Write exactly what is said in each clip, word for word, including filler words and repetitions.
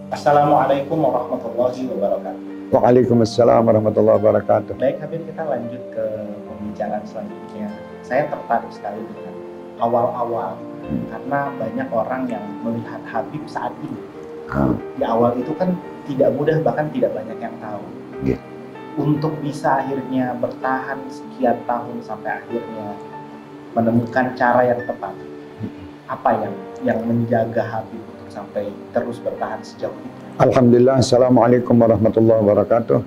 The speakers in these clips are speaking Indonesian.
Assalamualaikum warahmatullahi wabarakatuh. Waalaikumsalam warahmatullahi wabarakatuh. Baik Habib, kita lanjut ke pembicaraan selanjutnya. Saya tertarik sekali dengan awal-awal, hmm. karena banyak orang yang melihat Habib saat ini. Hmm. Di awal itu kan tidak mudah, bahkan tidak banyak yang tahu. Yeah. Untuk bisa akhirnya bertahan sekian tahun sampai akhirnya menemukan cara yang tepat, apa yang yang menjaga Habib untuk sampai terus bertahan sejauh itu? Alhamdulillah, assalamualaikum warahmatullahi wabarakatuh.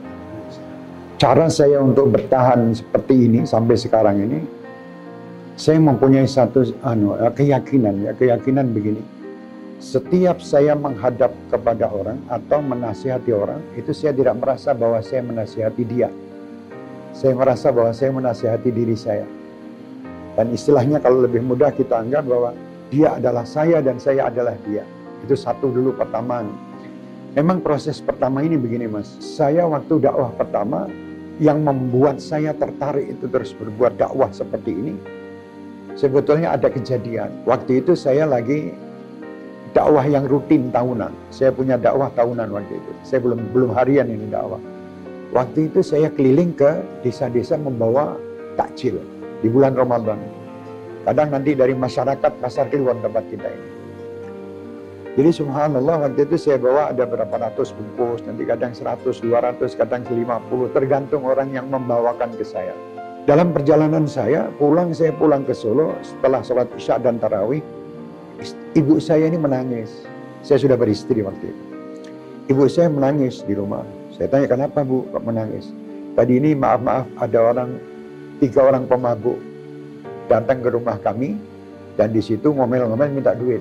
Cara saya untuk bertahan seperti ini sampai sekarang ini, saya mempunyai satu anu, keyakinan, ya keyakinan begini. Setiap saya menghadap kepada orang atau menasihati orang, itu saya tidak merasa bahwa saya menasihati dia. Saya merasa bahwa saya menasihati diri saya. Dan istilahnya kalau lebih mudah kita anggap bahwa dia adalah saya dan saya adalah dia. Itu satu dulu pertama. Memang proses pertama ini begini mas, saya waktu dakwah pertama yang membuat saya tertarik itu terus berbuat dakwah seperti ini, sebetulnya ada kejadian. Waktu itu saya lagi dakwah yang rutin tahunan, saya punya dakwah tahunan waktu itu, saya belum belum harian ini dakwah. Waktu itu saya keliling ke desa-desa membawa takjil di bulan Ramadan. Kadang nanti dari masyarakat pasar keluar tempat kita ini. Jadi subhanallah waktu itu saya bawa ada berapa ratus bungkus, nanti kadang seratus, dua ratus, kadang lima puluh, tergantung orang yang membawakan ke saya. Dalam perjalanan saya, pulang saya pulang ke Solo setelah sholat isya dan tarawih, ibu saya ini menangis. Saya sudah beristri waktu itu. Ibu saya menangis di rumah. Saya tanya, kenapa bu kok menangis? Tadi ini maaf-maaf ada orang, tiga orang pemabuk datang ke rumah kami, dan di situ ngomel-ngomel minta duit.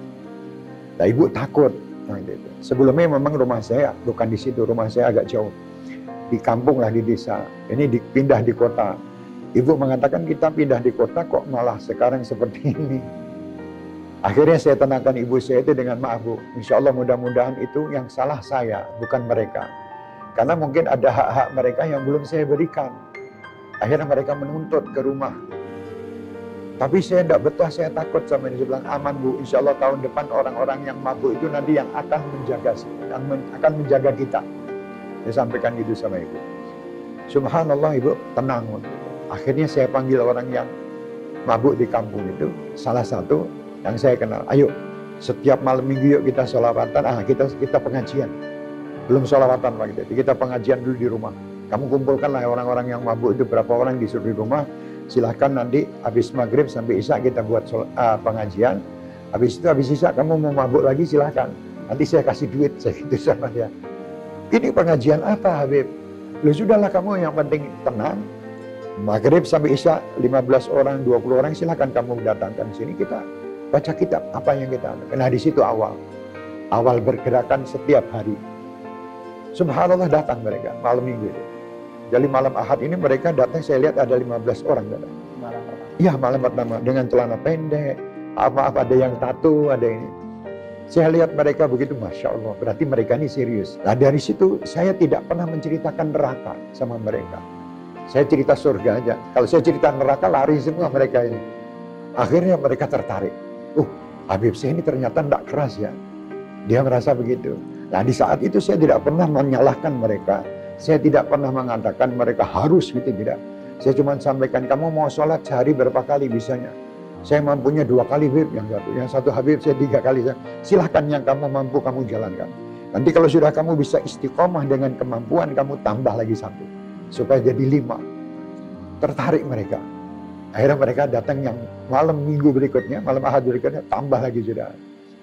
Nah, ibu takut. Nah, gitu. Sebelumnya memang rumah saya bukan di situ, rumah saya agak jauh. Di kampung lah, di desa. Ini dipindah di kota. Ibu mengatakan kita pindah di kota kok malah sekarang seperti ini. Akhirnya saya tenangkan ibu saya itu dengan maaf bu. Insya Allah mudah-mudahan itu yang salah saya, bukan mereka. Karena mungkin ada hak-hak mereka yang belum saya berikan. Akhirnya mereka menuntut ke rumah. Tapi saya tidak betah, saya takut sama ini. Saya bilang, aman bu, insya Allah tahun depan orang-orang yang mabuk itu nanti yang akan menjaga, yang men, akan menjaga kita. Saya sampaikan gitu sama ibu. Subhanallah ibu, tenang. Akhirnya saya panggil orang yang mabuk di kampung itu, salah satu yang saya kenal. Ayo, setiap malam minggu yuk kita sholawatan, ah kita kita pengajian. Belum sholawatan waktu itu, kita pengajian dulu di rumah. Kamu kumpulkanlah orang-orang yang mabuk itu, berapa orang disuruh di rumah. Silahkan nanti habis maghrib sampai isya kita buat uh, pengajian. Habis itu habis isya kamu mau mabuk lagi silahkan. Nanti saya kasih duit, saya gitu sama dia. Ini pengajian apa Habib? Loh sudahlah kamu yang penting tenang. Maghrib sampai isya lima belas orang, dua puluh orang silahkan kamu datangkan sini kita baca kitab apa yang kita. Nah di situ awal, awal bergerakan setiap hari. Subhanallah datang mereka malam minggu itu. Jadi malam Ahad ini mereka datang, saya lihat ada lima belas orang datang. Malam pertama? Iya malam pertama, dengan celana pendek, maaf ada yang tato, ada ini. Saya lihat mereka begitu, Masya Allah, berarti mereka ini serius. Nah dari situ saya tidak pernah menceritakan neraka sama mereka. Saya cerita surga aja. Kalau saya cerita neraka lari semua mereka ini. Akhirnya mereka tertarik. Uh, Habib saya ini ternyata tidak keras ya. Dia merasa begitu. Nah di saat itu saya tidak pernah menyalahkan mereka. Saya tidak pernah mengatakan mereka harus gitu, tidak. Saya cuma sampaikan, kamu mau sholat sehari berapa kali bisanya? Saya mampunya dua kali Habib, yang satu. Yang satu Habib saya tiga kali. Silahkan yang kamu mampu kamu jalankan. Nanti kalau sudah kamu bisa istiqomah dengan kemampuan, kamu tambah lagi satu. Supaya jadi lima. Tertarik mereka. Akhirnya mereka datang yang malam minggu berikutnya, malam Ahad berikutnya, tambah lagi sudah.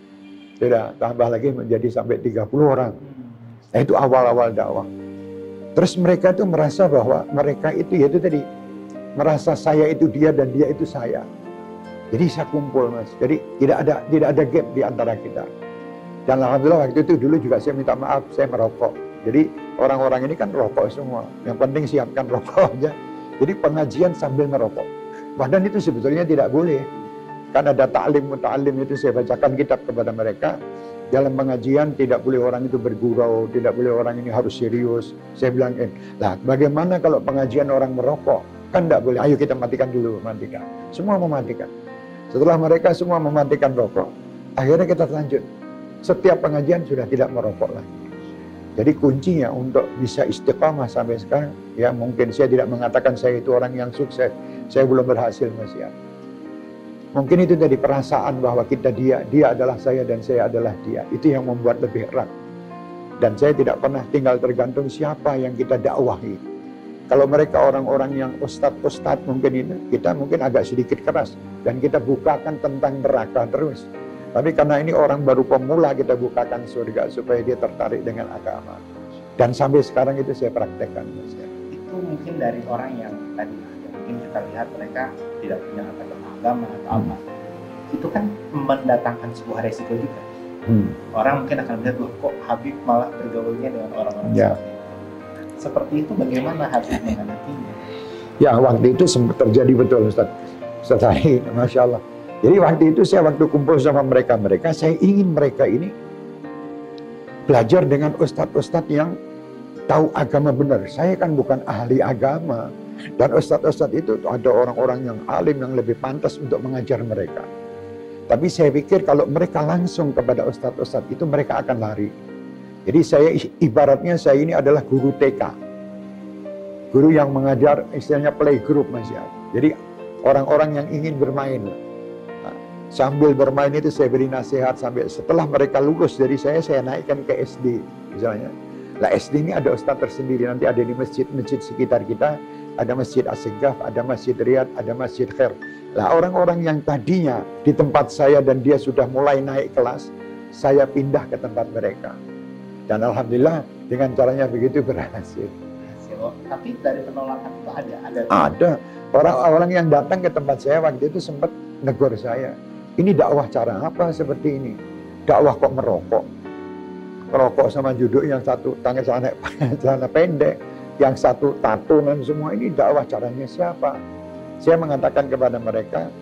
Sudah, tambah lagi menjadi sampai tiga puluh orang. Nah itu awal-awal dakwah. Terus mereka itu merasa bahwa mereka itu ya itu tadi merasa saya itu dia dan dia itu saya. Jadi saya kumpul mas. Jadi tidak ada tidak ada gap di antara kita. Dan alhamdulillah waktu itu dulu juga saya minta maaf saya merokok. Jadi orang-orang ini kan rokok semua. Yang penting siapkan rokok aja. Jadi pengajian sambil merokok. Padahal itu sebetulnya tidak boleh. Kan ada ta'lim muta'alim itu saya bacakan kitab kepada mereka. Dalam pengajian tidak boleh orang itu bergurau, tidak boleh orang ini harus serius. Saya bilang, eh, lah bagaimana kalau pengajian orang merokok? Kan tidak boleh, ayo kita matikan dulu, matikan. Semua mematikan. Setelah mereka semua mematikan rokok, akhirnya kita lanjut. setiap pengajian sudah tidak merokok lagi. Jadi kuncinya untuk bisa istiqamah sampai sekarang, ya mungkin saya tidak mengatakan saya itu orang yang sukses, saya belum berhasil masih ada. Mungkin itu dari perasaan bahwa kita dia, dia adalah saya dan saya adalah dia. Itu yang membuat lebih erat. Dan saya tidak pernah tinggal tergantung siapa yang kita dakwahi. Kalau mereka orang-orang yang ustadz-ustadz mungkin itu, kita mungkin agak sedikit keras. Dan kita bukakan tentang neraka terus. Tapi karena ini orang baru pemula, kita bukakan surga supaya dia tertarik dengan agama. Dan sampai sekarang itu saya praktekkan. Itu mungkin dari orang yang tadi, yang mungkin kita lihat mereka tidak punya agama atau hmm. apa. Itu kan mendatangkan sebuah resiko juga. Hmm. Orang mungkin akan melihat, wah kok Habib malah bergaulnya dengan orang-orang ya. seperti itu. Seperti itu bagaimana Habib menghadapinya? Ya, waktu itu sempat terjadi betul Ustaz. Ustaz Sahih, Masya Allah. Jadi waktu itu saya waktu kumpul sama mereka-mereka, saya ingin mereka ini belajar dengan ustadz-ustadz yang tahu agama benar. Saya kan bukan ahli agama. Dan ustadz-ustadz itu ada orang-orang yang alim yang lebih pantas untuk mengajar mereka. Tapi saya pikir kalau mereka langsung kepada ustadz-ustadz itu mereka akan lari. Jadi saya ibaratnya saya ini adalah guru T K. Guru yang mengajar istilahnya playgroup Mas ya. Jadi orang-orang yang ingin bermain. Sambil bermain itu saya beri nasihat sampai setelah mereka lulus dari saya, saya naikkan ke S D misalnya. Lah S D ini ada ustadz tersendiri, nanti ada di masjid-masjid sekitar kita, ada masjid As-Segaf, ada masjid Riyadh, ada masjid Khair. Lah orang-orang yang tadinya di tempat saya dan dia sudah mulai naik kelas, saya pindah ke tempat mereka. Dan alhamdulillah dengan caranya begitu berhasil. Oh, tapi dari penolakan itu ada? Ada. Ada. Orang-orang yang datang ke tempat saya waktu itu sempat negur saya. Ini dakwah cara apa seperti ini? Dakwah kok merokok? Merokok sama juduk yang satu tangan celana, celana pendek, yang satu tato dan semua ini dakwah caranya siapa? Saya mengatakan kepada mereka,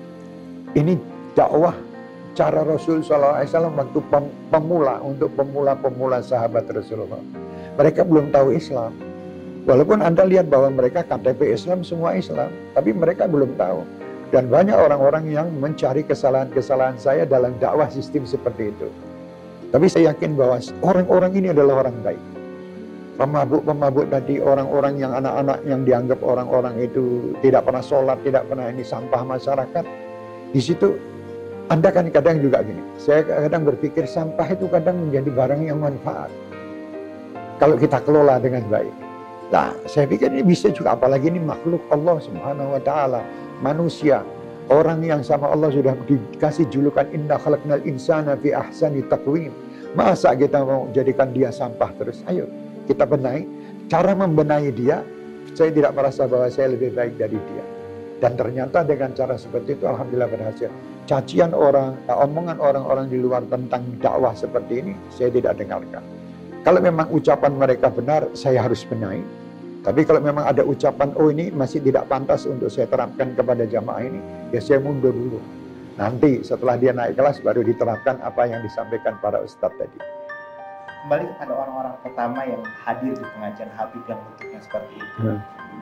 ini dakwah cara Rasul Sallallahu Alaihi Wasallam waktu pemula, untuk pemula-pemula sahabat Rasulullah. Mereka belum tahu Islam. Walaupun Anda lihat bahwa mereka K T P Islam, semua Islam, tapi mereka belum tahu. Dan banyak orang-orang yang mencari kesalahan-kesalahan saya dalam dakwah sistem seperti itu. Tapi saya yakin bahwa orang-orang ini adalah orang baik. Pemabuk-pemabuk tadi, orang-orang yang anak-anak yang dianggap orang-orang itu tidak pernah sholat, tidak pernah ini sampah masyarakat. Di situ Anda kan kadang juga gini, saya kadang berpikir sampah itu kadang menjadi barang yang manfaat. Kalau kita kelola dengan baik. Nah, saya pikir ini bisa juga, apalagi ini makhluk Allah Subhanahu wa Ta'ala, manusia, orang yang sama Allah sudah dikasih julukan inna khalaqnal insana fi ahsani taqwim. Masa kita mau jadikan dia sampah terus? Ayo kita benahi. Cara membenahi dia, saya tidak merasa bahwa saya lebih baik dari dia. Dan ternyata dengan cara seperti itu alhamdulillah berhasil. Cacian orang, omongan orang-orang di luar tentang dakwah seperti ini saya tidak dengarkan. Kalau memang ucapan mereka benar, saya harus benahi. Tapi kalau memang ada ucapan, oh ini masih tidak pantas untuk saya terapkan kepada jamaah ini, ya saya mundur dulu. Nanti setelah dia naik kelas, baru diterapkan apa yang disampaikan para ustadz tadi. Kembali kepada orang-orang pertama yang hadir di pengajian Habib yang bentuknya seperti itu. Hmm.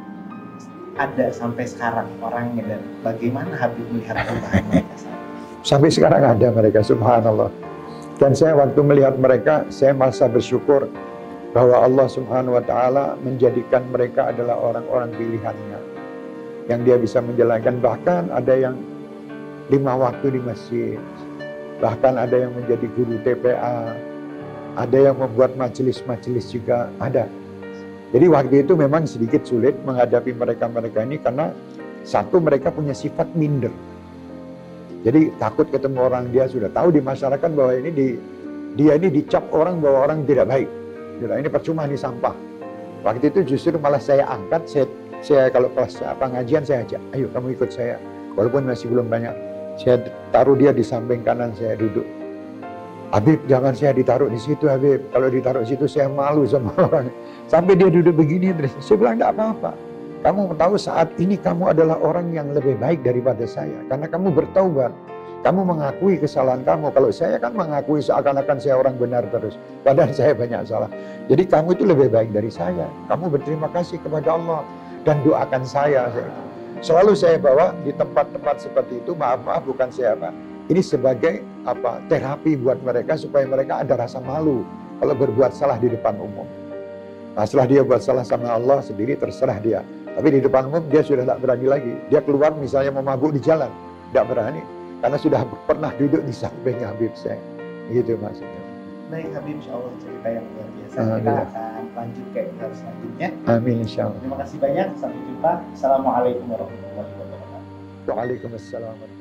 Ada sampai sekarang orangnya, dan bagaimana Habib melihat perubahan mereka saat? Sampai sekarang ada mereka, subhanallah. Dan saya waktu melihat mereka, saya merasa bersyukur bahwa Allah Subhanahu wa Ta'ala menjadikan mereka adalah orang-orang pilihannya yang dia bisa menjalankan. Bahkan ada yang lima waktu di masjid, bahkan ada yang menjadi guru T P A, ada yang membuat majelis-majelis juga ada. Jadi waktu itu memang sedikit sulit menghadapi mereka-mereka ini karena satu, mereka punya sifat minder. Jadi takut ketemu orang, dia sudah tahu di masyarakat bahwa ini di, dia ini dicap orang bahwa orang tidak baik. Ini percuma, ini sampah. Waktu itu justru malah saya angkat, saya, saya kalau kelas pengajian saya ajak, ayo kamu ikut saya. Walaupun masih belum banyak, saya taruh dia di samping kanan, saya duduk. Habib, jangan saya ditaruh di situ Habib. Kalau ditaruh di situ saya malu sama orang. Sampai dia duduk begini terus. Saya bilang enggak apa-apa. Kamu tahu saat ini kamu adalah orang yang lebih baik daripada saya. Karena kamu bertaubat. Kamu mengakui kesalahan kamu. Kalau saya kan mengakui seakan-akan saya orang benar terus. Padahal saya banyak salah. Jadi kamu itu lebih baik dari saya. Kamu berterima kasih kepada Allah. Dan doakan saya. Selalu saya bawa di tempat-tempat seperti itu. Maaf-maaf bukan saya apa. ini sebagai apa terapi buat mereka supaya mereka ada rasa malu kalau berbuat salah di depan umum. Nah, setelah dia buat salah sama Allah sendiri terserah dia. Tapi di depan umum dia sudah tidak berani lagi. Dia keluar misalnya mau mabuk di jalan, tidak berani karena sudah pernah duduk di samping Habib saya. Gitu maksudnya. Baik Habib, insya Allah cerita yang luar biasa. Amin. Kita akan lanjut ke episode selanjutnya. Amin insya Allah. Terima kasih banyak. Sampai jumpa. Assalamualaikum warahmatullahi wabarakatuh. Waalaikumsalam.